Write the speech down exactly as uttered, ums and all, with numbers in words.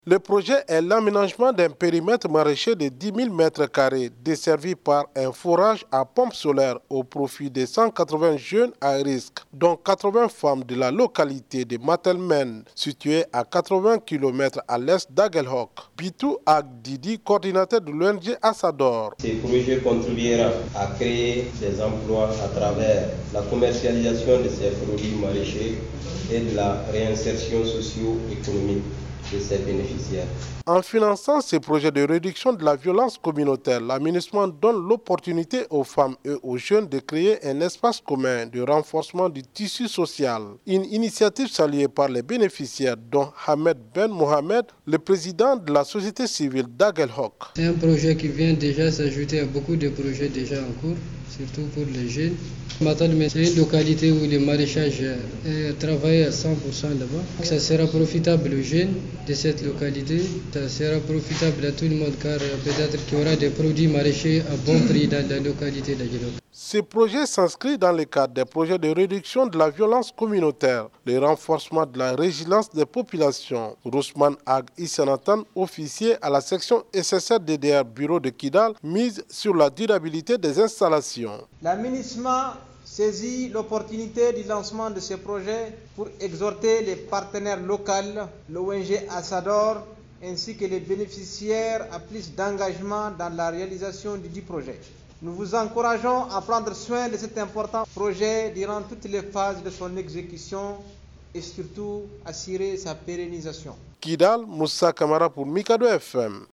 Le projet est l'aménagement d'un périmètre maraîcher de dix mille mètres carrés desservi par un forage à pompe solaire au profit de cent quatre-vingts jeunes à risque, dont quatre-vingts femmes de la localité de Matelmen, située à quatre-vingts kilomètres à l'est d'Aguelhok. Bitou Agdidi, coordinateur de l'O N G Assador. Ce projet contribuera à créer des emplois à travers la commercialisation de ces produits maraîchers et de la réinsertion socio-économique de ses bénéficiaires. En finançant ces projets de réduction de la violence communautaire, l'aménagement donne l'opportunité aux femmes et aux jeunes de créer un espace commun de renforcement du tissu social. Une initiative saluée par les bénéficiaires, dont Ahmed Ben Mohamed, le président de la société civile d'Aguelhok. C'est un projet qui vient déjà s'ajouter à beaucoup de projets déjà en cours, surtout pour les jeunes. Matelmen, c'est une localité où le maraîchage est travaillé à cent pour cent là-bas. Ça sera profitable aux jeunes de cette localité. Ça sera profitable à tout le monde car peut-être qu'il y aura des produits maraîchers à bon prix dans la localité d'Aguelhok. Ce projet s'inscrit dans le cadre des projets de réduction de la violence communautaire, le renforcement de la résilience des populations. Rousman Ag Issanatan, officier à la section S S R D D R Bureau de Kidal, mise sur la durabilité des installations. La MINUSMA saisit l'opportunité du lancement de ce projet pour exhorter les partenaires locaux, l'O N G Assador, ainsi que les bénéficiaires à plus d'engagement dans la réalisation du dit projet. Nous vous encourageons à prendre soin de cet important projet durant toutes les phases de son exécution et surtout assurer sa pérennisation. Kidal, Moussa Kamara pour Mikado F M.